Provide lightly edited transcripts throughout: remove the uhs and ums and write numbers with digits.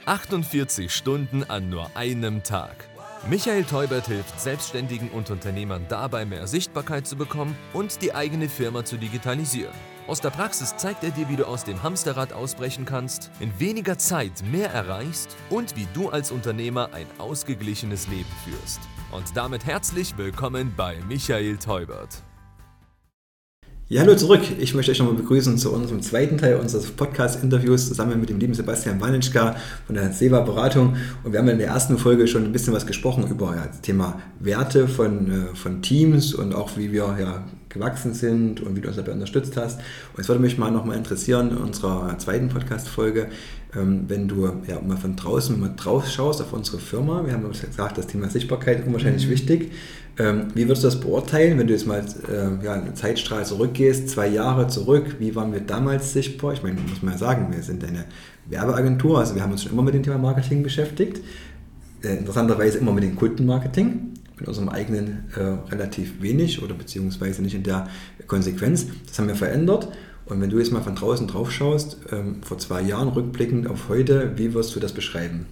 48 Stunden an nur einem Tag. Michael Teubert hilft Selbstständigen und Unternehmern dabei, mehr Sichtbarkeit zu bekommen und die eigene Firma zu digitalisieren. Aus der Praxis zeigt er dir, wie du aus dem Hamsterrad ausbrechen kannst, in weniger Zeit mehr erreichst und wie du als Unternehmer ein ausgeglichenes Leben führst. Und damit herzlich willkommen bei Michael Teubert. Ja, hallo zurück. Ich möchte euch nochmal begrüßen zu unserem zweiten Teil unseres Podcast-Interviews zusammen mit dem lieben Sebastian Wanitschka von der SEWA Beratung. Und wir haben in der ersten Folge schon ein bisschen was gesprochen über das Thema Werte von Teams und auch wie wir gewachsen sind und wie du uns dabei unterstützt hast. Und es würde mich mal nochmal interessieren in unserer zweiten Podcast-Folge, wenn du mal von draußen mal drauf schaust auf unsere Firma. Wir haben gesagt, das Thema Sichtbarkeit ist unwahrscheinlich wichtig. Wie würdest du das beurteilen, wenn du jetzt mal eine Zeitstrahl zurückgehst, 2 Jahre zurück? Wie waren wir damals sichtbar? Ich meine, muss man ja sagen, wir sind eine Werbeagentur, also wir haben uns schon immer mit dem Thema Marketing beschäftigt. Interessanterweise immer mit dem Kundenmarketing, mit unserem eigenen relativ wenig oder beziehungsweise nicht in der Konsequenz. Das haben wir verändert. Und wenn du jetzt mal von draußen drauf schaust, vor 2 Jahren rückblickend auf heute, wie wirst du das beschreiben?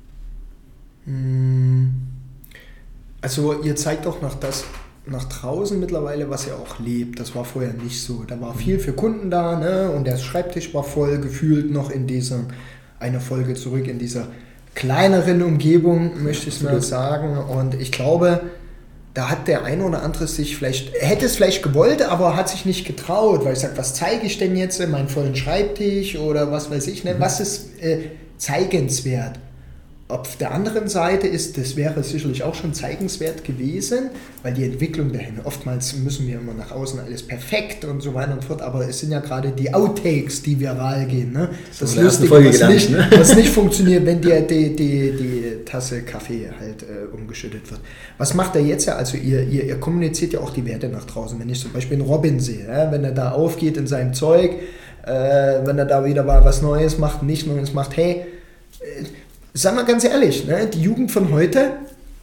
Also ihr zeigt auch nach draußen mittlerweile, was ihr auch lebt. Das war vorher nicht so. Da war viel für Kunden da, ne? Und der Schreibtisch war voll, gefühlt noch in eine Folge zurück, in dieser kleineren Umgebung, möchte ich mal sagen. Und ich glaube, da hat der eine oder andere hätte es vielleicht gewollt, aber hat sich nicht getraut, weil ich sage, was zeige ich denn jetzt in meinen vollen Schreibtisch oder was weiß ich, ne? Was ist zeigenswert? Auf der anderen Seite das wäre sicherlich auch schon zeigenswert gewesen, weil die Entwicklung dahin, oftmals müssen wir immer nach außen alles perfekt und so weiter und fort, aber es sind ja gerade die Outtakes, die viral gehen. Ne? Das Lustige, was nicht funktioniert, wenn die Tasse Kaffee halt umgeschüttet wird. Was macht er jetzt ja? Also ihr kommuniziert ja auch die Werte nach draußen. Wenn ich zum Beispiel einen Robin sehe, wenn er da aufgeht in seinem Zeug, wenn er da wieder mal was Neues macht, nicht Neues macht, hey, sagen wir ganz ehrlich, ne, die Jugend von heute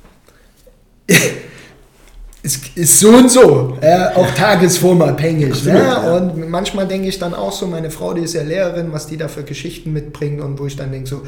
ist so und so, auch tagesformabhängig. Ne? Ja. Und manchmal denke ich dann auch so, meine Frau, die ist ja Lehrerin, was die da für Geschichten mitbringt und wo ich dann denke so,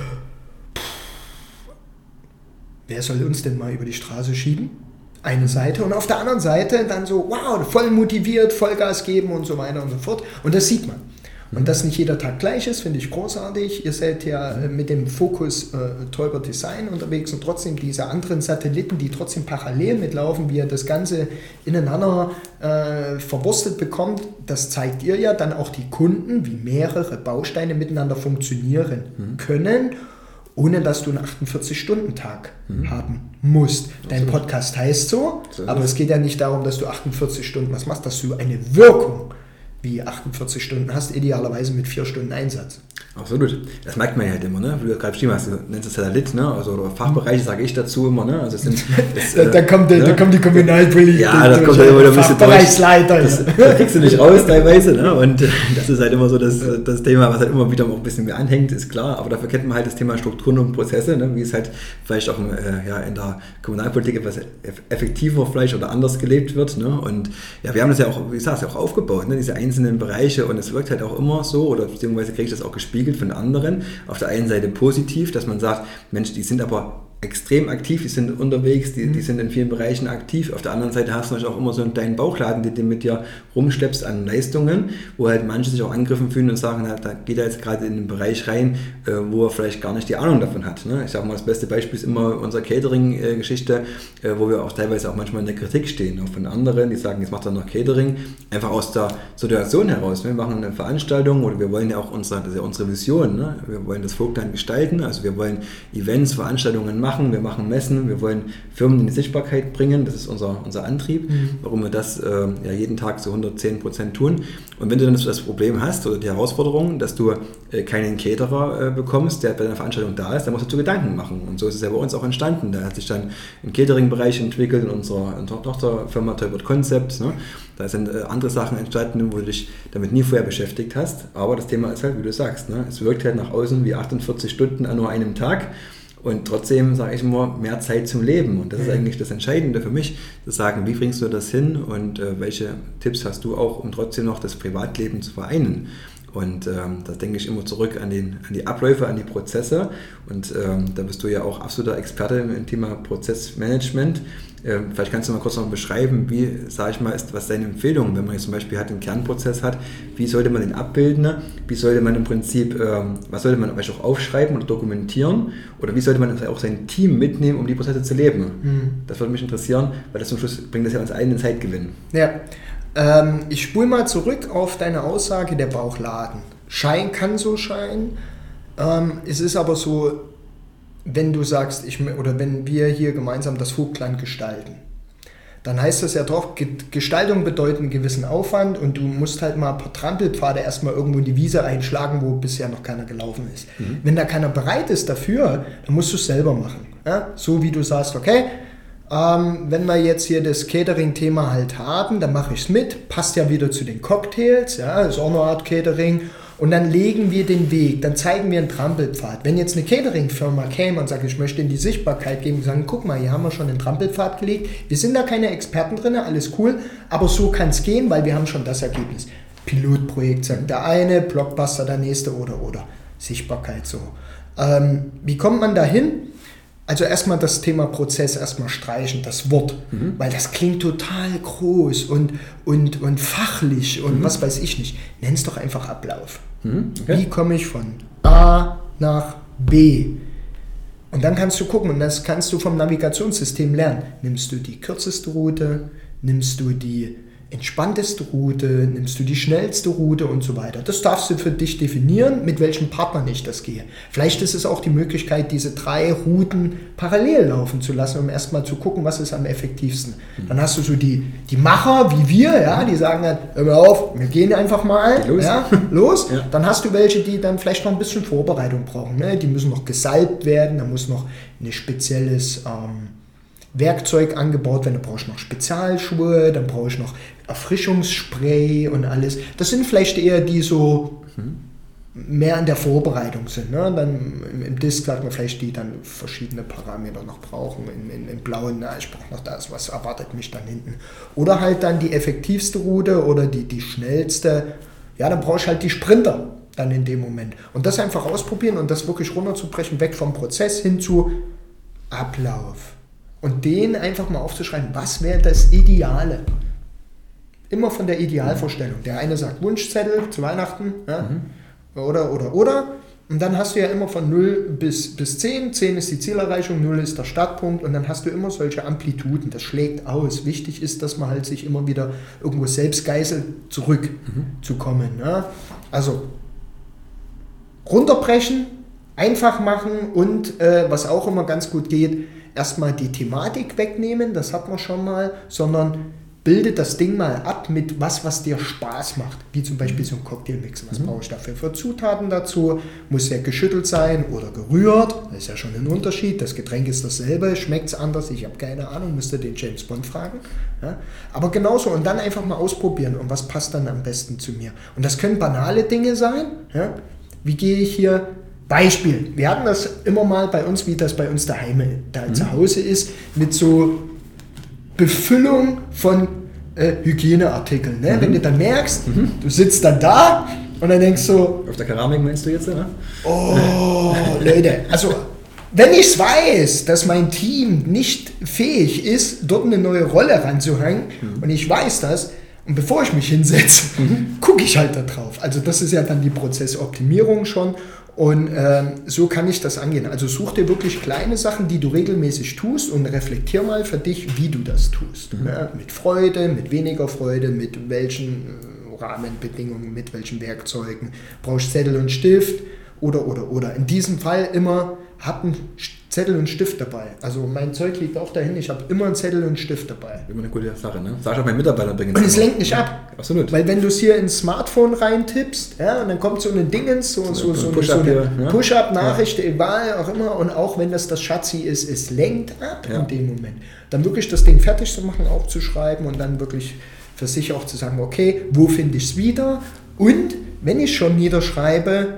wer soll uns denn mal über die Straße schieben? Eine Seite und auf der anderen Seite dann so, wow, voll motiviert, Vollgas geben und so weiter und so fort. Und das sieht man. Und dass nicht jeder Tag gleich ist, finde ich großartig. Ihr seid ja mit dem Fokus Teubert Design unterwegs und trotzdem diese anderen Satelliten, die trotzdem parallel mitlaufen, wie ihr das Ganze ineinander verwurstet bekommt, das zeigt ihr ja dann auch die Kunden, wie mehrere Bausteine miteinander funktionieren können, ohne dass du einen 48-Stunden-Tag haben musst. Dein Podcast heißt so, aber es geht ja nicht darum, dass du 48 Stunden was machst, dass du eine Wirkung wie 48 Stunden hast, idealerweise mit 4 Stunden Einsatz. Absolut. Das merkt man ja halt immer, ne? Wie du gerade beschrieben hast, du nennst es Satellit, ne? Also oder Fachbereiche sage ich dazu immer, ne? Also da kommt die Kommunalpolitik. Ja, das kommt ja immer ein bisschen Fachbereichsleiter. Das kriegst du nicht raus teilweise, ne? Und das ist halt immer so das Thema, was halt immer wieder auch ein bisschen mehr anhängt, ist klar. Aber dafür kennt man halt das Thema Strukturen und Prozesse, ne? Wie es halt vielleicht auch in der Kommunalpolitik etwas effektiver vielleicht oder anders gelebt wird, ne? Und ja, wir haben das ja auch, wie gesagt, auch aufgebaut, ne? Diese einzelnen Bereiche und es wirkt halt auch immer so, oder beziehungsweise kriege ich das auch gespiegelt von anderen. Auf der einen Seite positiv, dass man sagt, Mensch, die sind aber extrem aktiv, die sind unterwegs, die sind in vielen Bereichen aktiv. Auf der anderen Seite hast du natürlich auch immer so einen kleinen Bauchladen, den du mit dir rumschleppst an Leistungen, wo halt manche sich auch angegriffen fühlen und sagen, da geht er jetzt gerade in den Bereich rein, wo er vielleicht gar nicht die Ahnung davon hat. Ne? Ich sage mal, das beste Beispiel ist immer unsere Catering-Geschichte, wo wir auch teilweise auch manchmal in der Kritik stehen, auch von anderen, die sagen, jetzt macht er noch Catering, einfach aus der Situation heraus. Wir machen eine Veranstaltung oder wir wollen ja auch das ist ja unsere Vision, ne? Wir wollen das Vogtland gestalten, also wir wollen Events, Veranstaltungen machen, wir machen Messen, wir wollen Firmen in die Sichtbarkeit bringen, das ist unser Antrieb, warum wir das jeden Tag zu 110% tun. Und wenn du dann das Problem hast oder die Herausforderung, dass du keinen Caterer bekommst, der bei deiner Veranstaltung da ist, dann musst du Gedanken machen. Und so ist es ja bei uns auch entstanden. Da hat sich dann ein Catering-Bereich entwickelt in unserer Tochterfirma Teubert Concepts. Ne? Da sind andere Sachen entstanden, wo du dich damit nie vorher beschäftigt hast. Aber das Thema ist halt, wie du sagst, ne? Es wirkt halt nach außen wie 48 Stunden an nur einem Tag. Und trotzdem, sage ich immer, mehr Zeit zum Leben. Und das ist eigentlich das Entscheidende für mich, zu sagen, wie bringst du das hin und welche Tipps hast du auch, um trotzdem noch das Privatleben zu vereinen. Und da denke ich immer zurück an die Abläufe, an die Prozesse. Und da bist du ja auch absoluter Experte im Thema Prozessmanagement. Vielleicht kannst du mal kurz noch beschreiben, wie, sage ich mal, was deine Empfehlung, wenn man jetzt zum Beispiel einen Kernprozess hat, wie sollte man den abbilden, wie sollte man im Prinzip, was sollte man vielleicht auch aufschreiben oder dokumentieren oder wie sollte man auch sein Team mitnehmen, um die Prozesse zu leben. Das würde mich interessieren, weil das zum Schluss bringt das ja uns allen einen Zeitgewinn. Ja, ich spule mal zurück auf deine Aussage, der Bauchladen. Kann so scheinen, es ist aber so, wenn du sagst, oder wenn wir hier gemeinsam das Vogtland gestalten, dann heißt das ja doch, Gestaltung bedeutet einen gewissen Aufwand und du musst halt mal ein paar Trampelpfade erstmal irgendwo in die Wiese einschlagen, wo bisher noch keiner gelaufen ist. Wenn da keiner bereit ist dafür, dann musst du es selber machen. Ja? So wie du sagst, okay, wenn wir jetzt hier das Catering-Thema halt haben, dann mache ich es mit, passt ja wieder zu den Cocktails, ja, ist auch eine Art Catering. Und dann legen wir den Weg, dann zeigen wir einen Trampelpfad. Wenn jetzt eine Catering-Firma käme und sagt, ich möchte in die Sichtbarkeit geben und sagen, guck mal, hier haben wir schon einen Trampelpfad gelegt, wir sind da keine Experten drin, alles cool, aber so kann es gehen, weil wir haben schon das Ergebnis. Pilotprojekt, sagt der eine, Blockbuster der nächste oder. Sichtbarkeit so. Wie kommt man da hin? Also erstmal das Thema Prozess erstmal streichen, das Wort, weil das klingt total groß und fachlich und was weiß ich nicht. Nenn es doch einfach Ablauf. Okay. Wie komme ich von A nach B? Und dann kannst du gucken und das kannst du vom Navigationssystem lernen. Nimmst du die kürzeste Route, nimmst du die entspannteste Route, nimmst du die schnellste Route und so weiter. Das darfst du für dich definieren, mit welchem Partner ich das gehe. Vielleicht ist es auch die Möglichkeit, diese 3 Routen parallel laufen zu lassen, um erstmal zu gucken, was ist am effektivsten. Dann hast du so die Macher wie wir, ja, die sagen dann, hör mal auf, wir gehen einfach mal los. Ja. Dann hast du welche, die dann vielleicht noch ein bisschen Vorbereitung brauchen. Ne? Die müssen noch gesalbt werden, da muss noch ein spezielles Werkzeug angebaut werden, da brauche ich noch Spezialschuhe, dann brauche ich noch Erfrischungsspray und alles. Das sind vielleicht eher die so mehr an der Vorbereitung sind. Ne? Dann im Disk sagt man vielleicht, die dann verschiedene Parameter noch brauchen. In blauen, ich brauche noch das, was erwartet mich dann hinten. Oder halt dann die effektivste Route oder die schnellste. Ja, dann brauche ich halt die Sprinter dann in dem Moment. Und das einfach ausprobieren und das wirklich runterzubrechen, weg vom Prozess hin zu Ablauf. Und den einfach mal aufzuschreiben, was wäre das Ideale? Immer von der Idealvorstellung. Der eine sagt Wunschzettel zu Weihnachten, ja? Oder. Und dann hast du ja immer von 0 bis 10. 10 ist die Zielerreichung, 0 ist der Startpunkt. Und dann hast du immer solche Amplituden. Das schlägt aus. Wichtig ist, dass man halt sich immer wieder irgendwo selbst geißelt, zurückzukommen. Ja? Also runterbrechen, einfach machen und was auch immer ganz gut geht, erstmal die Thematik wegnehmen, das hat man schon mal, sondern bildet das Ding mal ab mit was dir Spaß macht. Wie zum Beispiel so ein Cocktailmix. Was brauche ich dafür für Zutaten dazu? Muss der geschüttelt sein oder gerührt? Das ist ja schon ein Unterschied. Das Getränk ist dasselbe, schmeckt es anders? Ich habe keine Ahnung, müsste den James Bond fragen. Ja? Aber genauso und dann einfach mal ausprobieren und was passt dann am besten zu mir. Und das können banale Dinge sein. Ja? Wie gehe ich hier? Beispiel, wir hatten das immer mal bei uns, wie das bei uns daheim zu Hause ist, mit so Befüllung von Hygieneartikeln. Ne? Wenn du dann merkst, du sitzt dann da und dann denkst du... Auf der Keramik meinst du jetzt, ne? Oh, Leute, also wenn ich es weiß, dass mein Team nicht fähig ist, dort eine neue Rolle ranzuhängen und ich weiß das, und bevor ich mich hinsetze, gucke ich halt da drauf. Also das ist ja dann die Prozessoptimierung schon. Und so kann ich das angehen. Also such dir wirklich kleine Sachen, die du regelmäßig tust und reflektier mal für dich, wie du das tust. Ne? Mit Freude, mit weniger Freude, mit welchen Rahmenbedingungen, mit welchen Werkzeugen. Brauchst Zettel und Stift oder. In diesem Fall immer, hab einen Zettel und Stift dabei. Also mein Zeug liegt auch dahin, ich habe immer einen Zettel und Stift dabei. Immer eine gute Sache, ne? Sag ich auch meinen Mitarbeitern bringen. Und es lenkt nicht ab. Absolut. Weil wenn du es hier ins Smartphone reintippst, ja, und dann kommt so ein Dingens, so eine Push-Up-Nachricht, egal, auch immer, und auch wenn das Chassis ist, es lenkt ab in dem Moment. Dann wirklich das Ding fertig zu machen, aufzuschreiben und dann wirklich für sich auch zu sagen, okay, wo finde ich es wieder? Und wenn ich schon niederschreibe,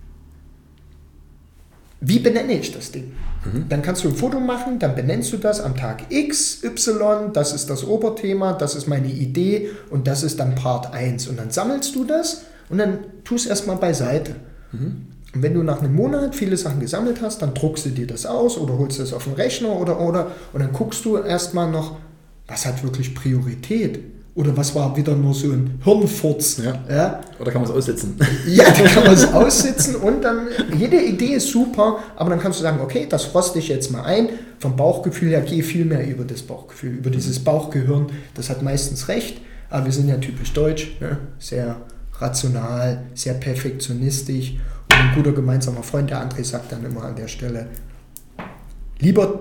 wie benenne ich das Ding? Dann kannst du ein Foto machen, dann benennst du das am Tag X, Y, das ist das Oberthema, das ist meine Idee und das ist dann Part 1. Und dann sammelst du das und dann tu es erstmal beiseite. Und wenn du nach einem Monat viele Sachen gesammelt hast, dann druckst du dir das aus oder holst es auf den Rechner oder und dann guckst du erstmal noch, was hat wirklich Priorität? Oder was war wieder nur so ein Hirnfurz? Ja? Oder kann man es aussitzen? Ja, dann kann man es aussitzen und dann, jede Idee ist super, aber dann kannst du sagen, okay, das froste ich jetzt mal ein. Vom Bauchgefühl her gehe viel mehr über das Bauchgefühl, über dieses Bauchgehirn. Das hat meistens recht, aber wir sind ja typisch deutsch, ne? Sehr rational, sehr perfektionistisch. Und ein guter gemeinsamer Freund, der André, sagt dann immer an der Stelle, lieber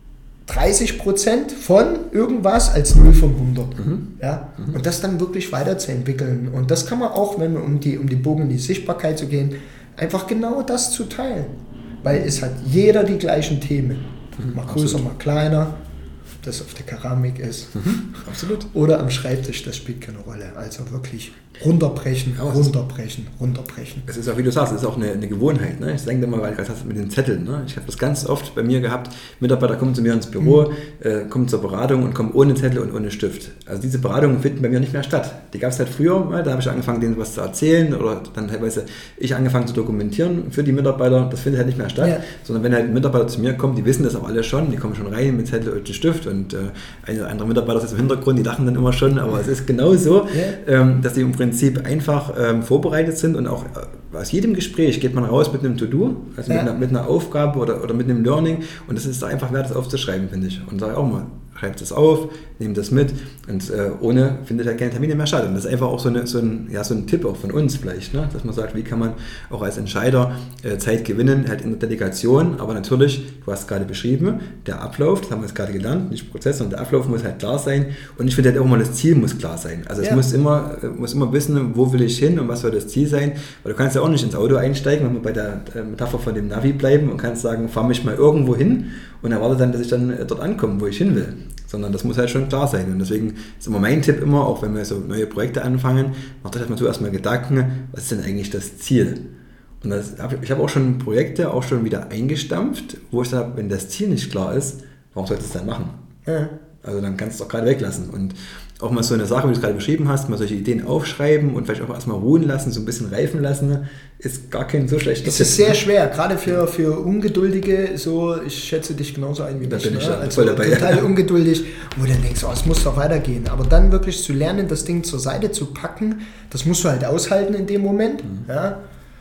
30% von irgendwas als 0 von 100. Ja? Und das dann wirklich weiterzuentwickeln. Und das kann man auch, wenn um die Bogen in die Sichtbarkeit zu gehen, einfach genau das zu teilen. Weil es hat jeder die gleichen Themen. Mal größer, mal kleiner. Ob das auf der Keramik ist. Absolut. Oder am Schreibtisch, das spielt keine Rolle. Also wirklich runterbrechen, runterbrechen. Es ist auch, wie du sagst, es ist auch eine Gewohnheit. Ne? Ich denke mal, weil du gerade hast mit den Zetteln. Ne? Ich habe das ganz oft bei mir gehabt. Mitarbeiter kommen zu mir ins Büro, kommen zur Beratung und kommen ohne Zettel und ohne Stift. Also diese Beratungen finden bei mir nicht mehr statt. Die gab es halt früher, da habe ich angefangen, denen was zu erzählen oder dann teilweise ich angefangen zu dokumentieren für die Mitarbeiter. Das findet halt nicht mehr statt. Sondern wenn halt Mitarbeiter zu mir kommen, die wissen das auch alle schon, die kommen schon rein mit Zettel und Stift und ein oder andere Mitarbeiter ist im Hintergrund, die lachen dann immer schon, aber es ist genau so, dass die im Prinzip einfach vorbereitet sind und auch aus jedem Gespräch geht man raus mit einem To-Do, also mit einer Aufgabe oder mit einem Learning und es ist einfach wert, das aufzuschreiben, finde ich. Und sage ich auch mal, schreibt es auf, nehmt das mit und ohne findet halt keine Termine mehr statt. Und das ist einfach auch so ein Tipp auch von uns vielleicht, ne? Dass man sagt, wie kann man auch als Entscheider Zeit gewinnen, halt in der Delegation, aber natürlich, du hast gerade beschrieben, der Ablauf, das haben wir jetzt gerade gelernt, nicht Prozess, sondern der Ablauf muss halt klar sein und ich finde halt auch mal, das Ziel muss klar sein. Also es muss immer wissen, wo will ich hin und was soll das Ziel sein, weil du kannst ja auch nicht ins Auto einsteigen, wenn wir bei der Metapher von dem Navi bleiben und kannst sagen, fahr mich mal irgendwo hin und erwarte dann, dass ich dann dort ankomme, wo ich hin will. Sondern das muss halt schon klar sein. Und deswegen ist immer mein Tipp immer, auch wenn wir so neue Projekte anfangen, macht euch halt mal zuerst mal Gedanken, was ist denn eigentlich das Ziel? Und ich habe auch schon Projekte auch schon wieder eingestampft, wo ich sage, wenn das Ziel nicht klar ist, warum sollst du es dann machen? Ja. Also dann kannst du es doch gerade weglassen. Und auch mal so eine Sache, wie du es gerade beschrieben hast, mal solche Ideen aufschreiben und vielleicht auch erstmal ruhen lassen, so ein bisschen reifen lassen, ist gar kein so schlechter Tipp. Es ist sehr schwer, gerade für Ungeduldige, so, ich schätze dich genauso ein wie da mich, bin ich also voll dabei. Total ungeduldig, wo du dann denkst, es muss doch weitergehen. Aber dann wirklich zu lernen, das Ding zur Seite zu packen, das musst du halt aushalten in dem Moment. Ja?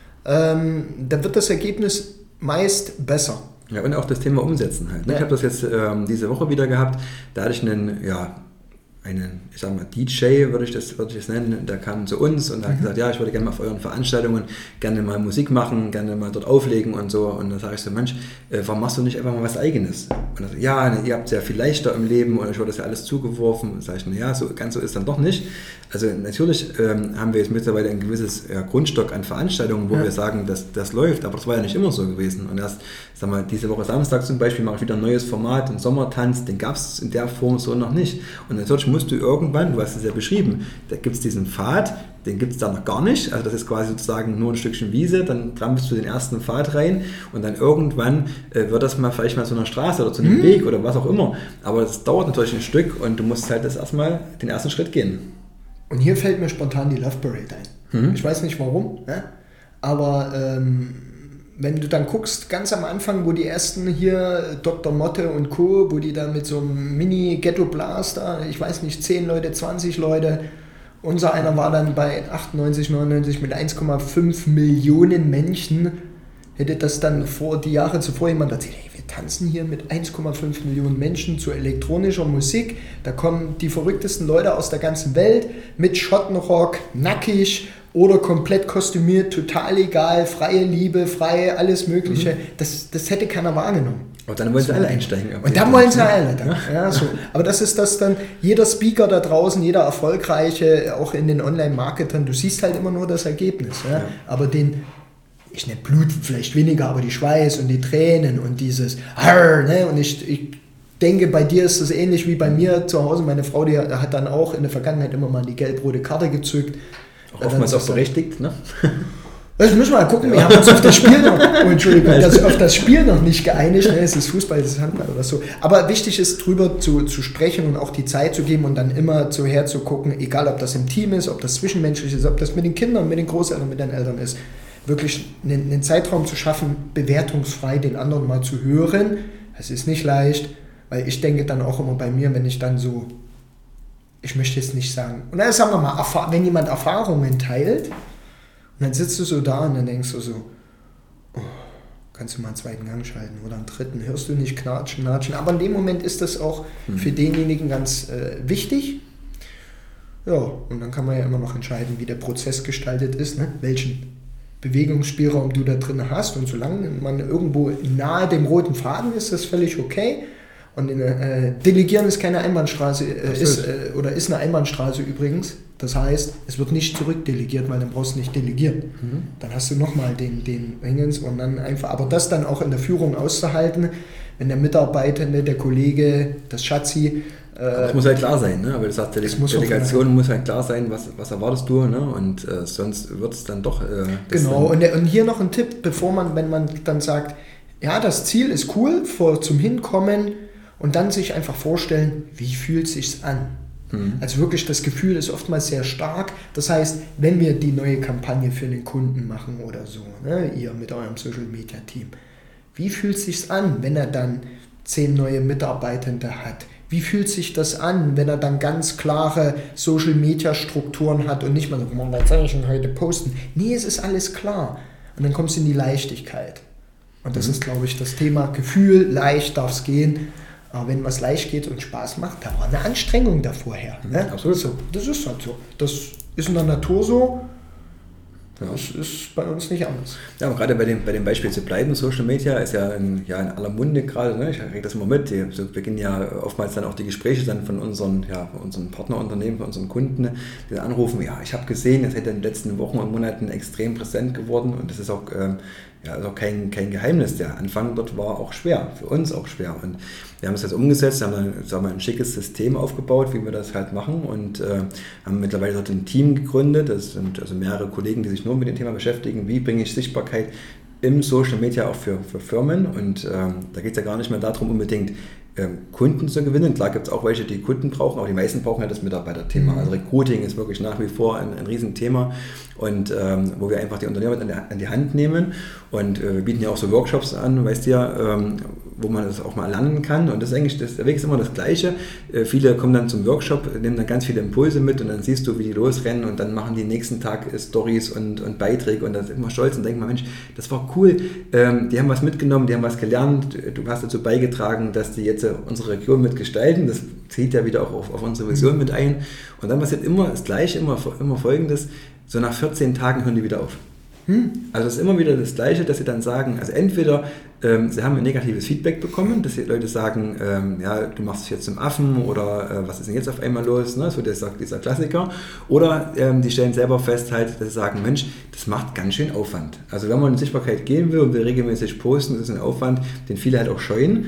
Dann wird das Ergebnis meist besser. Ja, und auch das Thema Umsetzen halt. Ne? Ja. Ich habe das jetzt diese Woche wieder gehabt, da hatte ich einen, ich sag mal, DJ, würde ich das nennen, der kam zu uns und hat gesagt, ja, ich würde gerne mal auf euren Veranstaltungen gerne mal Musik machen, gerne mal dort auflegen und so. Und dann sage ich so, Mensch, warum machst du nicht einfach mal was Eigenes? Und er sagt, ja, ihr habt es ja viel leichter im Leben und ich wurde das ja alles zugeworfen. Und sage ich, naja, ganz so ist dann doch nicht. Also natürlich haben wir jetzt mittlerweile ein gewisses Grundstock an Veranstaltungen, wo wir sagen, dass das läuft, aber das war ja nicht immer so gewesen. Und erst, sag mal, diese Woche Samstag zum Beispiel mache ich wieder ein neues Format, einen Sommertanz, den gab es in der Form so noch nicht. Und natürlich musst du irgendwann, du hast es ja beschrieben, da gibt es diesen Pfad, den gibt es da noch gar nicht, also das ist quasi sozusagen nur ein Stückchen Wiese, dann trampelst du den ersten Pfad rein und dann irgendwann wird das mal vielleicht mal zu einer Straße oder zu einem Weg oder was auch immer, aber das dauert natürlich ein Stück und du musst halt das erstmal den ersten Schritt gehen. Und hier fällt mir spontan die Love Parade ein. Ich weiß nicht warum, ne? Aber wenn du dann guckst, ganz am Anfang, wo die ersten hier, Dr. Motte und Co., wo die da mit so einem Mini-Ghetto-Blaster, ich weiß nicht, 10 Leute, 20 Leute, unser einer war dann bei 98, 99 mit 1,5 Millionen Menschen, hätte das dann die Jahre zuvor jemand erzählt, hey, wir tanzen hier mit 1,5 Millionen Menschen zu elektronischer Musik, da kommen die verrücktesten Leute aus der ganzen Welt mit Schottenrock, nackig, oder komplett kostümiert, total egal, freie Liebe, freie, alles Mögliche. Das hätte keiner wahrgenommen. Und dann wollen sie alle einsteigen. Und dann wollen sie alle. Ja, so. Aber das ist das dann, jeder Speaker da draußen, jeder Erfolgreiche, auch in den Online-Marketern, du siehst halt immer nur das Ergebnis. Ja? Aber ich nenne Blut vielleicht weniger, aber die Schweiß und die Tränen und dieses ne? Und ich denke, bei dir ist es ähnlich wie bei mir zu Hause. Meine Frau, die hat dann auch in der Vergangenheit immer mal die gelb-rote Karte gezückt. Oftmals auch berechtigt, ne? Das müssen wir mal gucken, wir haben uns auf das Spiel noch, auf das Spiel noch nicht geeinigt, ne? Es ist Fußball, es ist Handball oder so. Aber wichtig ist, drüber zu sprechen und auch die Zeit zu geben und dann immer herzugucken, egal ob das im Team ist, ob das zwischenmenschlich ist, ob das mit den Kindern, mit den Großeltern, mit den Eltern ist, wirklich einen Zeitraum zu schaffen, bewertungsfrei den anderen mal zu hören. Es ist nicht leicht, weil ich denke dann auch immer bei mir, wenn ich dann so, ich möchte jetzt nicht sagen, und dann sagen wir mal, wenn jemand Erfahrungen teilt, und dann sitzt du so da und dann denkst du so, oh, kannst du mal einen zweiten Gang schalten oder einen dritten, hörst du nicht knatschen. Aber in dem Moment ist das auch für denjenigen ganz wichtig. Ja, und dann kann man ja immer noch entscheiden, wie der Prozess gestaltet ist, ne? Welchen Bewegungsspielraum du da drin hast. Und solange man irgendwo nahe dem roten Faden ist, ist das völlig okay. Und Delegieren ist keine Einbahnstraße, ist eine Einbahnstraße übrigens. Das heißt, es wird nicht zurückdelegiert, weil dann brauchst du nicht delegieren. Dann hast du nochmal den Dingens und dann einfach, aber das dann auch in der Führung auszuhalten, wenn der Mitarbeitende, der Kollege, das Schatzi. Das muss halt klar sein, ne? Aber du sagst, Delegation muss halt klar sein, was erwartest du, ne? Und sonst wird es dann doch. Genau, und hier noch ein Tipp, wenn man dann sagt, ja, das Ziel ist cool, zum Hinkommen und dann sich einfach vorstellen, wie fühlt es sich an? Also wirklich, das Gefühl ist oftmals sehr stark. Das heißt, wenn wir die neue Kampagne für den Kunden machen oder so, ne, ihr mit eurem Social Media Team, wie fühlt es sich an, wenn er dann 10 neue Mitarbeitende hat? Wie fühlt sich das an, wenn er dann ganz klare Social Media Strukturen hat und nicht mal so, was soll ich denn heute posten? Nee, es ist alles klar. Und dann kommst du in die Leichtigkeit. Und das ist, glaube ich, das Thema Gefühl, leicht darf es gehen. Aber wenn was leicht geht und Spaß macht, da war eine Anstrengung davorher. Ne? Absolut. So, das ist halt so. Das ist in der Natur so. Das ist bei uns nicht anders. Ja, aber gerade bei dem Beispiel zu bleiben, Social Media ist ja in aller Munde gerade. Ne? Ich kriege das immer mit. Wir beginnen ja oftmals dann auch die Gespräche dann von unseren Partnerunternehmen, von unseren Kunden, die dann anrufen, ja, ich habe gesehen, das hätte in den letzten Wochen und Monaten extrem präsent geworden und das ist auch kein Geheimnis. Der Anfang dort war auch schwer, für uns auch schwer. Und wir haben es jetzt umgesetzt, haben dann ein schickes System aufgebaut, wie wir das halt machen und haben mittlerweile dort ein Team gegründet. Das sind also mehrere Kollegen, die sich nur mit dem Thema beschäftigen, wie bringe ich Sichtbarkeit im Social Media auch für Firmen. Und da geht es ja gar nicht mehr darum, unbedingt Kunden zu gewinnen. Klar gibt es auch welche, die Kunden brauchen, aber die meisten brauchen ja das Mitarbeiterthema. Also Recruiting ist wirklich nach wie vor ein Riesenthema und wo wir einfach die Unternehmer an die Hand nehmen und wir bieten ja auch so Workshops an, weißt du ja, wo man das auch mal lernen kann und das ist eigentlich, der Weg ist immer das Gleiche. Viele kommen dann zum Workshop, nehmen dann ganz viele Impulse mit und dann siehst du, wie die losrennen und dann machen die nächsten Tag Stories und Beiträge und dann ist immer stolz und denkt man, Mensch, das war cool, die haben was mitgenommen, die haben was gelernt, du hast dazu beigetragen, dass die jetzt unsere Region mitgestalten, das zieht ja wieder auch auf unsere Vision mit ein und dann passiert immer das Gleiche, immer Folgendes, so nach 14 Tagen hören die wieder auf. Also es ist immer wieder das Gleiche, dass sie dann sagen, also entweder sie haben ein negatives Feedback bekommen, dass die Leute sagen, ja, du machst dich jetzt zum Affen oder was ist denn jetzt auf einmal los, ne? So dieser Klassiker. Oder die stellen selber fest, halt, dass sie sagen, Mensch, das macht ganz schön Aufwand. Also wenn man in Sichtbarkeit gehen will und will regelmäßig posten, das ist ein Aufwand, den viele halt auch scheuen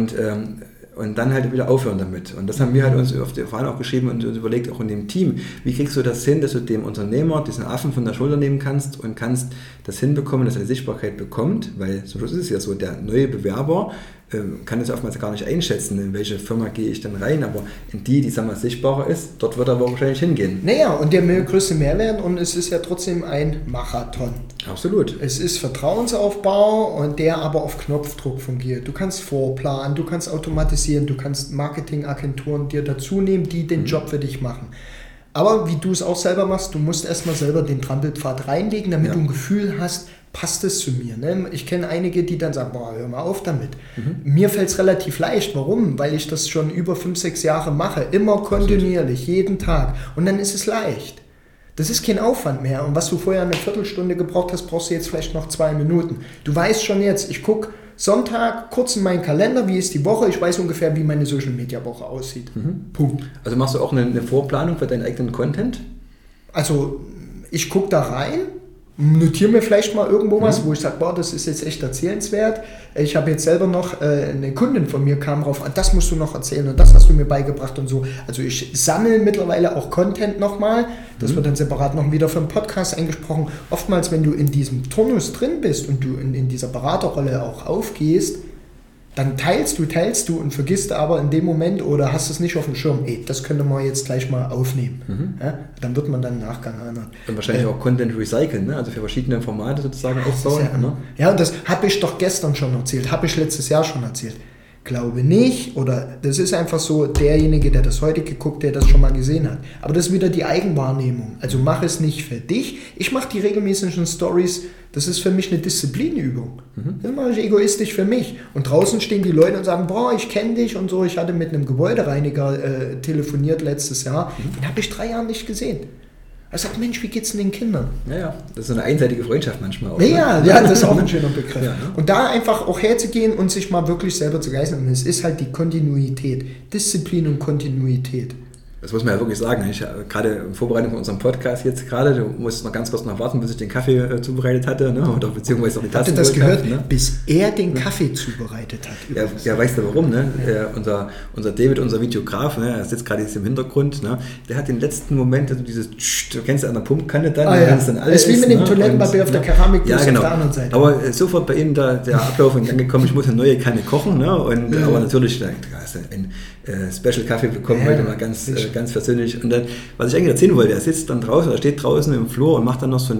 und dann halt wieder aufhören damit. Und das haben wir halt uns auf die Fahne auch geschrieben und uns überlegt, auch in dem Team, wie kriegst du das hin, dass du dem Unternehmer diesen Affen von der Schulter nehmen kannst und kannst das hinbekommen, dass er die Sichtbarkeit bekommt, weil zum Schluss ist es ja so, der neue Bewerber kann es oftmals gar nicht einschätzen, in welche Firma gehe ich denn rein, aber in die sagen wir, sichtbarer ist, dort wird er aber wahrscheinlich hingehen. Naja, und der größte Mehrwert und es ist ja trotzdem ein Marathon. Absolut. Es ist Vertrauensaufbau und der aber auf Knopfdruck fungiert. Du kannst vorplanen, du kannst automatisieren, du kannst Marketingagenturen dir dazu nehmen, die den Job für dich machen. Aber wie du es auch selber machst, du musst erstmal selber den Trampelpfad reinlegen, damit du ein Gefühl hast, passt es zu mir. Ne? Ich kenne einige, die dann sagen, boah, hör mal auf damit. Mir fällt es relativ leicht. Warum? Weil ich das schon über 5-6 Jahre mache. Immer kontinuierlich, jeden Tag. Und dann ist es leicht. Das ist kein Aufwand mehr. Und was du vorher eine Viertelstunde gebraucht hast, brauchst du jetzt vielleicht noch 2 Minuten. Du weißt schon jetzt, ich gucke Sonntag kurz in meinen Kalender, wie ist die Woche, ich weiß ungefähr, wie meine Social-Media-Woche aussieht. Punkt. Also machst du auch eine Vorplanung für deinen eigenen Content? Also ich gucke da rein notiere mir vielleicht mal irgendwo was, wo ich sage, boah, das ist jetzt echt erzählenswert. Ich habe jetzt selber noch, eine Kundin von mir kam drauf, das musst du noch erzählen und das hast du mir beigebracht und so. Also ich sammle mittlerweile auch Content nochmal. Das wird dann separat noch wieder für einen Podcast eingesprochen. Oftmals, wenn du in diesem Turnus drin bist und du in dieser Beraterrolle auch aufgehst, dann teilst du und vergisst aber in dem Moment oder hast es nicht auf dem Schirm, das könnte man jetzt gleich mal aufnehmen. Ja? Dann wird man dann im Nachgang erinnert. Und wahrscheinlich auch Content recyceln, ne? Also für verschiedene Formate sozusagen aufbauen. Ja, und das habe ich doch gestern schon erzählt, habe ich letztes Jahr schon erzählt. Glaube nicht, oder das ist einfach so, derjenige, der das heute geguckt, der das schon mal gesehen hat. Aber das ist wieder die Eigenwahrnehmung. Also mach es nicht für dich. Ich mache die regelmäßigen Stories, das ist für mich eine Disziplinübung. Das mache ich egoistisch für mich. Und draußen stehen die Leute und sagen, boah, ich kenne dich und so. Ich hatte mit einem Gebäudereiniger telefoniert letztes Jahr. Den habe ich 3 Jahre nicht gesehen. Er sagt, Mensch, wie geht's denn den Kindern? Ja, das ist so eine einseitige Freundschaft manchmal auch. Ja, ne? ja, das ist auch ein schöner Begriff. Ja, ne? Und da einfach auch herzugehen und sich mal wirklich selber zu geißeln. Und es ist halt die Kontinuität, Disziplin und Kontinuität. Das muss man ja wirklich sagen. Ich gerade in Vorbereitung von unserem Podcast jetzt gerade, du musst noch ganz kurz noch warten, bis ich den Kaffee zubereitet hatte, ne? Oder beziehungsweise auch die Tasse. Habt ihr das gehört? Ne? Bis er den Kaffee zubereitet hat. Ja, weißt du warum? Ne? Ja. Unser David, unser Videograf, ne? Er sitzt gerade jetzt im Hintergrund, ne? Der hat den letzten Moment, also dieses, du kennst ja an der Pumpkanne dann, wenn es dann alles ist. Das ist wie mit dem Toilettenpapier auf der Keramik, ja, genau. Auf der anderen Seite. Aber sofort bei ihm der Ablauf in Gang gekommen, ich muss eine neue Kanne kochen, ne? Und, aber natürlich, da hast du einen Special-Kaffee bekommen, heute mal ganz persönlich. Und dann, was ich eigentlich erzählen wollte, er sitzt dann draußen, er steht draußen im Flur und macht dann noch so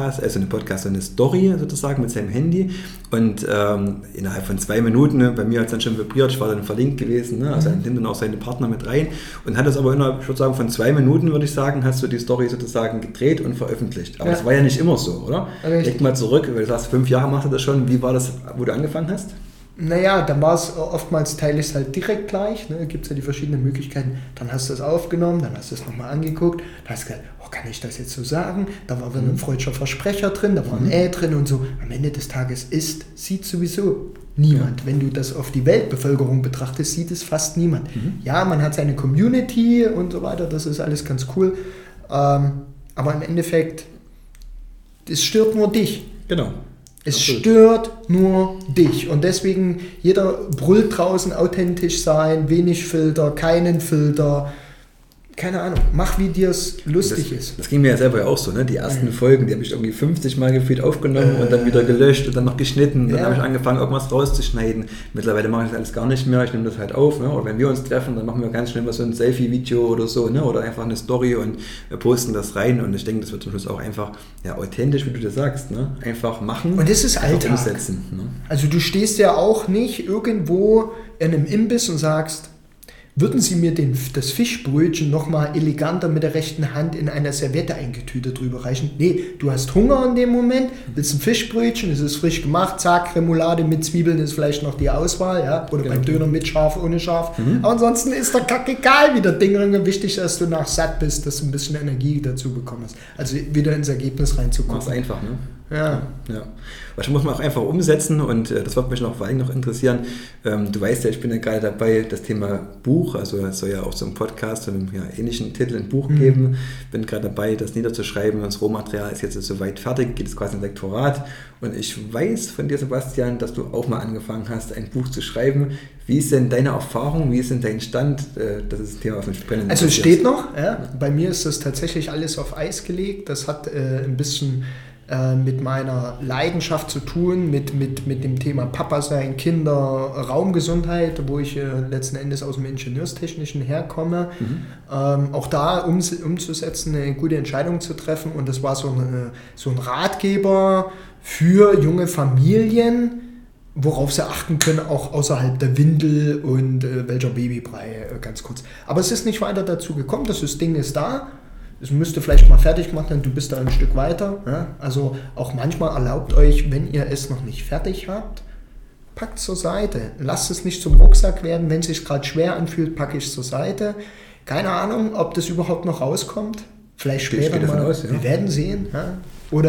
eine Story sozusagen mit seinem Handy. Und innerhalb von 2 Minuten, bei mir hat es dann schon vibriert, ich war dann verlinkt gewesen, ne? Also er nimmt dann auch seine Partner mit rein und hat das aber innerhalb, ich würde sagen, von 2 Minuten, würde ich sagen, hast du die Story sozusagen gedreht und veröffentlicht. Aber das war ja nicht immer so, oder? Denk mal zurück, weil du sagst, 5 Jahre machst du das schon. Wie war das, wo du angefangen hast? Naja, dann war es oftmals, teile ich es halt direkt gleich, ne? Gibt es ja die verschiedenen Möglichkeiten, dann hast du es aufgenommen, dann hast du es nochmal angeguckt, dann hast du gesagt, kann ich das jetzt so sagen? Da war ein freudscher Versprecher drin, da war ein drin und so. Am Ende des Tages sieht sowieso niemand. Wenn du das auf die Weltbevölkerung betrachtest, sieht es fast niemand. Ja, man hat seine Community und so weiter, das ist alles ganz cool, aber im Endeffekt, es stört nur dich. Genau. Es stört nur dich und deswegen jeder brüllt draußen authentisch sein, wenig Filter, keinen Filter, keine Ahnung, mach wie dir es lustig ist. Das ging mir ja selber ja auch so, ne? Die ersten Folgen, die habe ich irgendwie 50 Mal gefühlt aufgenommen und dann wieder gelöscht und dann noch geschnitten. Dann habe ich angefangen, irgendwas rauszuschneiden. Mittlerweile mache ich das alles gar nicht mehr, ich nehme das halt auf. Ne? Oder wenn wir uns treffen, dann machen wir ganz schnell mal so ein Selfie-Video oder so, ne? Oder einfach eine Story und posten das rein. Und ich denke, das wird zum Schluss auch einfach authentisch, wie du das sagst. Ne? Einfach machen und das ist Alltag. Umsetzen. Ne? Also du stehst ja auch nicht irgendwo in einem Imbiss und sagst, würden Sie mir das Fischbrötchen nochmal eleganter mit der rechten Hand in einer Serviette eingetütet drüber reichen? Nee, du hast Hunger in dem Moment, willst ein Fischbrötchen, es ist frisch gemacht, zack, Remoulade mit Zwiebeln ist vielleicht noch die Auswahl, ja, oder beim Döner mit Schaf, ohne Schaf. Aber ansonsten ist der Kack egal, wie der Ding ringe. Wichtig, dass du nach satt bist, dass du ein bisschen Energie dazu bekommst. Also wieder ins Ergebnis reinzugucken. Mach's einfach, ne? Ja. Wahrscheinlich muss man auch einfach umsetzen und das wird mich vor allem noch interessieren. Du weißt ja, ich bin ja gerade dabei, das Thema Buch, also es soll ja auch so ein Podcast zu einem ähnlichen Titel, ein Buch geben. Bin gerade dabei, das niederzuschreiben. Das Rohmaterial ist jetzt soweit fertig, geht es quasi ein Lektorat. Und ich weiß von dir, Sebastian, dass du auch mal angefangen hast, ein Buch zu schreiben. Wie ist denn deine Erfahrung? Wie ist denn dein Stand? Das ist ein Thema, was mich brennend interessiert. Also es steht noch. Ja. Bei mir ist das tatsächlich alles auf Eis gelegt. Das hat ein bisschen mit meiner Leidenschaft zu tun, mit dem Thema Papa sein, Kinder, Raumgesundheit, wo ich letzten Endes aus dem Ingenieurstechnischen herkomme. Auch da umzusetzen, eine gute Entscheidung zu treffen. Und das war so ein Ratgeber für junge Familien, worauf sie achten können, auch außerhalb der Windel und welcher Babybrei, ganz kurz. Aber es ist nicht weiter dazu gekommen, das Ding ist da. Es müsste vielleicht mal fertig gemacht werden, du bist da ein Stück weiter. Ja? Also auch manchmal erlaubt euch, wenn ihr es noch nicht fertig habt, packt es zur Seite. Lasst es nicht zum Rucksack werden. Wenn es sich gerade schwer anfühlt, packe ich es zur Seite. Keine Ahnung, ob das überhaupt noch rauskommt. Vielleicht später mal. Wir werden sehen. Ja? Oder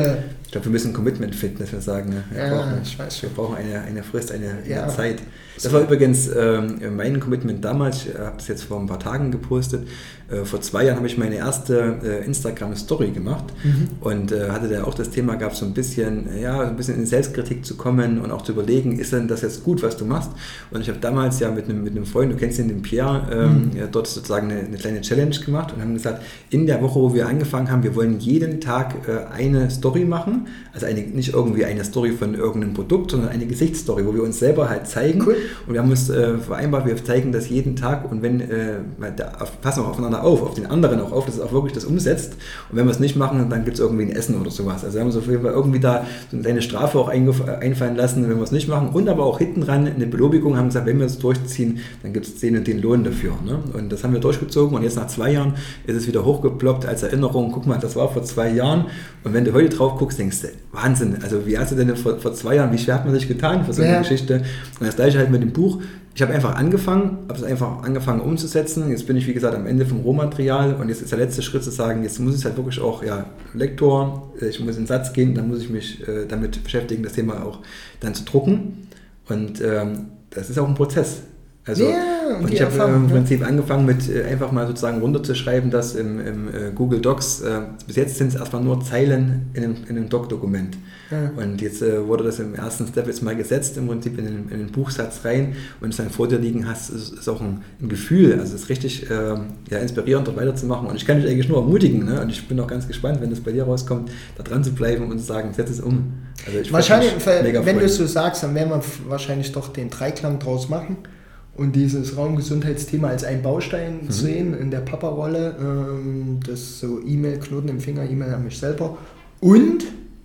Ich glaube, wir müssen Commitment finden, dass wir sagen, ne? Wir brauchen eine Frist, eine Zeit. Das war übrigens mein Commitment damals. Ich habe das jetzt vor ein paar Tagen gepostet. Vor 2 Jahren habe ich meine erste Instagram-Story gemacht und hatte da auch das Thema, gab so ein bisschen in Selbstkritik zu kommen und auch zu überlegen, ist denn das jetzt gut, was du machst? Und ich habe damals ja mit einem Freund, du kennst ihn, den Pierre, dort sozusagen eine kleine Challenge gemacht und haben gesagt, in der Woche, wo wir angefangen haben, wir wollen jeden Tag eine Story machen, also nicht irgendwie eine Story von irgendeinem Produkt, sondern eine Gesichtsstory, wo wir uns selber halt zeigen. Cool. Und wir haben uns vereinbart, wir zeigen das jeden Tag und wenn, passen wir aufeinander auf den anderen auch auf, dass es auch wirklich das umsetzt. Und wenn wir es nicht machen, dann gibt es irgendwie ein Essen oder sowas. Also wir haben uns auf jeden Fall irgendwie da so eine kleine Strafe auch einfallen lassen, wenn wir es nicht machen. Und aber auch hinten ran eine Belobigung, haben gesagt, wenn wir es durchziehen, dann gibt es den und den Lohn dafür. Ne? Und das haben wir durchgezogen und jetzt nach 2 Jahren ist es wieder hochgeploppt als Erinnerung. Guck mal, das war vor 2 Jahren. Und wenn du heute drauf guckst, denkst du, Wahnsinn, also wie hast du denn vor 2 Jahren, wie schwer hat man sich getan für so eine Geschichte? Und das gleiche halt mit dem Buch. Ich habe einfach angefangen umzusetzen. Jetzt bin ich, wie gesagt, am Ende vom Rohmaterial und jetzt ist der letzte Schritt zu sagen, jetzt muss ich halt wirklich auch, Lektor, ich muss in den Satz gehen, dann muss ich mich damit beschäftigen, das Thema auch dann zu drucken. Und das ist auch ein Prozess. Also, und ich habe im Prinzip angefangen mit einfach mal sozusagen runterzuschreiben, dass im Google Docs, bis jetzt sind es erstmal nur Zeilen in einem Doc-Dokument. Ja. Und jetzt wurde das im ersten Step jetzt mal gesetzt, im Prinzip in den Buchsatz rein und es dann vor dir liegen hast, ist auch ein Gefühl, also es ist richtig inspirierend, dort weiterzumachen und ich kann dich eigentlich nur ermutigen, ne? Und ich bin auch ganz gespannt, wenn das bei dir rauskommt, da dran zu bleiben und zu sagen, setz es um. Also ich wahrscheinlich, wenn du es so sagst, dann werden wir wahrscheinlich doch den Dreiklang draus machen. Und dieses Raumgesundheitsthema als ein Baustein sehen in der Papa-Rolle, das so E-Mail-Knoten im Finger, E-Mail an mich selber. Und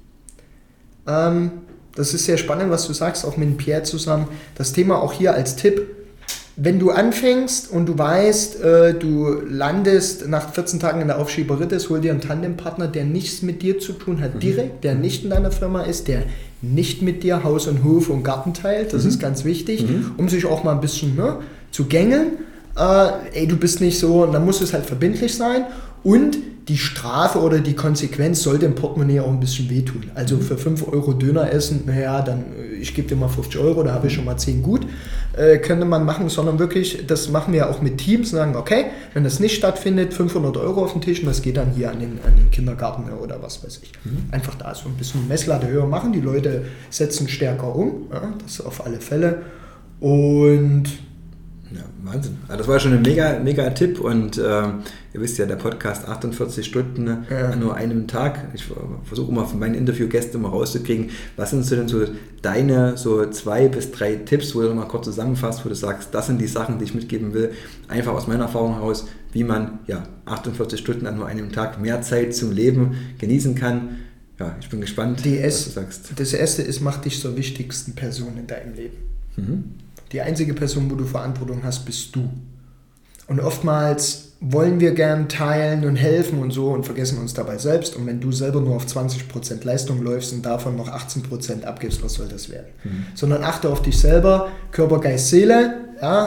das ist sehr spannend, was du sagst, auch mit Pierre zusammen. Das Thema auch hier als Tipp, wenn du anfängst und du weißt, du landest nach 14 Tagen in der Aufschieberitis, hol dir einen Tandempartner, der nichts mit dir zu tun hat direkt, der nicht in deiner Firma ist, der nicht mit dir Haus und Hof und Garten teilt, das ist ganz wichtig, um sich auch mal ein bisschen zu gängeln. Du bist nicht so, und dann muss es halt verbindlich sein und die Strafe oder die Konsequenz sollte im Portemonnaie auch ein bisschen wehtun. Also für 5 Euro Döner essen, dann ich gebe dir mal 50 Euro, da habe ich schon mal 10 gut, könnte man machen, sondern wirklich, das machen wir auch mit Teams, sagen, okay, wenn das nicht stattfindet, 500 Euro auf den Tisch und das geht dann hier an den Kindergarten oder was weiß ich. Einfach da so ein bisschen Messlatte höher machen, die Leute setzen stärker um, das auf alle Fälle und ja, Wahnsinn. Also das war schon ein mega Tipp und ihr wisst ja, der Podcast 48 Stunden an nur einem Tag. Ich versuche immer von meinen Interviewgästen mal rauszukriegen, was sind denn so deine 2 bis 3 Tipps, wo du mal kurz zusammenfasst, wo du sagst, das sind die Sachen, die ich mitgeben will, einfach aus meiner Erfahrung heraus, wie man 48 Stunden an nur einem Tag mehr Zeit zum Leben genießen kann. Ja, ich bin gespannt, was du sagst. Das erste ist, mach dich zur wichtigsten Person in deinem Leben. Die einzige Person, wo du Verantwortung hast, bist du. Und oftmals wollen wir gern teilen und helfen und so und vergessen uns dabei selbst. Und wenn du selber nur auf 20% Leistung läufst und davon noch 18% abgibst, was soll das werden? Sondern achte auf dich selber, Körper, Geist, Seele,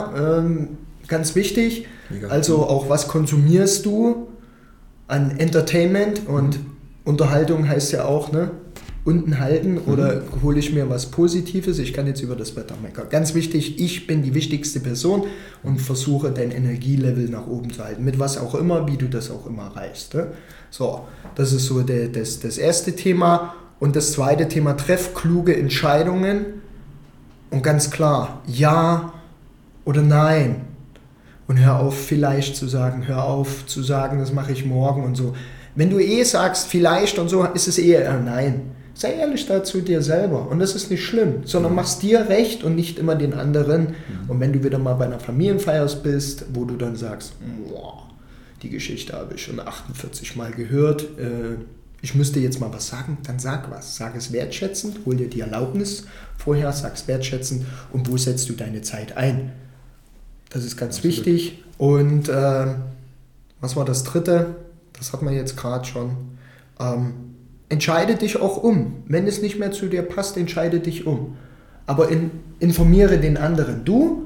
ganz wichtig. Mega. Also auch, was konsumierst du an Entertainment und Unterhaltung heißt ja auch, unten halten oder hole ich mir was Positives, ich kann jetzt über das Wetter meckern. Ganz wichtig, ich bin die wichtigste Person und versuche dein Energielevel nach oben zu halten, mit was auch immer, wie du das auch immer erreichst. So, das ist so das erste Thema. Und das zweite Thema, treff kluge Entscheidungen und ganz klar, ja oder nein. Und hör auf vielleicht zu sagen, das mache ich morgen und so. Wenn du sagst vielleicht und so, ist es eher nein. Sei ehrlich da zu dir selber und das ist nicht schlimm, sondern mach's dir recht und nicht immer den anderen. Und wenn du wieder mal bei einer Familienfeier bist, wo du dann sagst, die Geschichte habe ich schon 48 Mal gehört, ich müsste jetzt mal was sagen, dann sag was. Sag es wertschätzend, hol dir die Erlaubnis vorher, sag es wertschätzend und wo setzt du deine Zeit ein. Das ist ganz wichtig. Und was war das dritte? Das hat man jetzt gerade schon. Entscheide dich auch um. Wenn es nicht mehr zu dir passt, entscheide dich um. Aber informiere den anderen.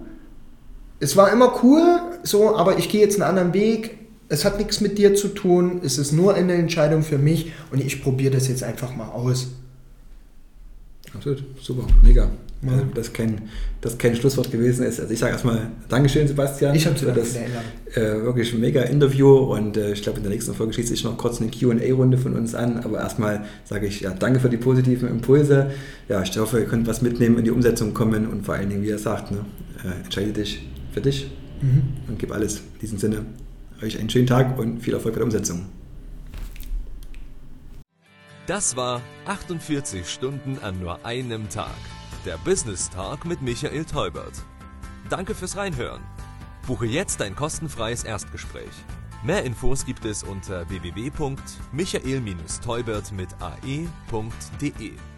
Es war immer cool, so, aber ich gehe jetzt einen anderen Weg. Es hat nichts mit dir zu tun. Es ist nur eine Entscheidung für mich und ich probiere das jetzt einfach mal aus. Absolut, super, mega. Ja. Also das kein Schlusswort gewesen ist. Also ich sage erstmal Dankeschön, Sebastian. Ich habe zu für das wirklich ein mega Interview und ich glaube, in der nächsten Folge schließt sich noch kurz eine Q&A-Runde von uns an, aber erstmal sage ich danke für die positiven Impulse. Ja, ich hoffe, ihr könnt was mitnehmen, in die Umsetzung kommen und vor allen Dingen, wie ihr sagt, ne, entscheide dich für dich und gib alles. In diesem Sinne, euch einen schönen Tag und viel Erfolg bei der Umsetzung. Das war 48 Stunden an nur einem Tag. Der Business Talk mit Michael Teubert. Danke fürs Reinhören. Buche jetzt ein kostenfreies Erstgespräch. Mehr Infos gibt es unter www.michael-teubert mit ae.de.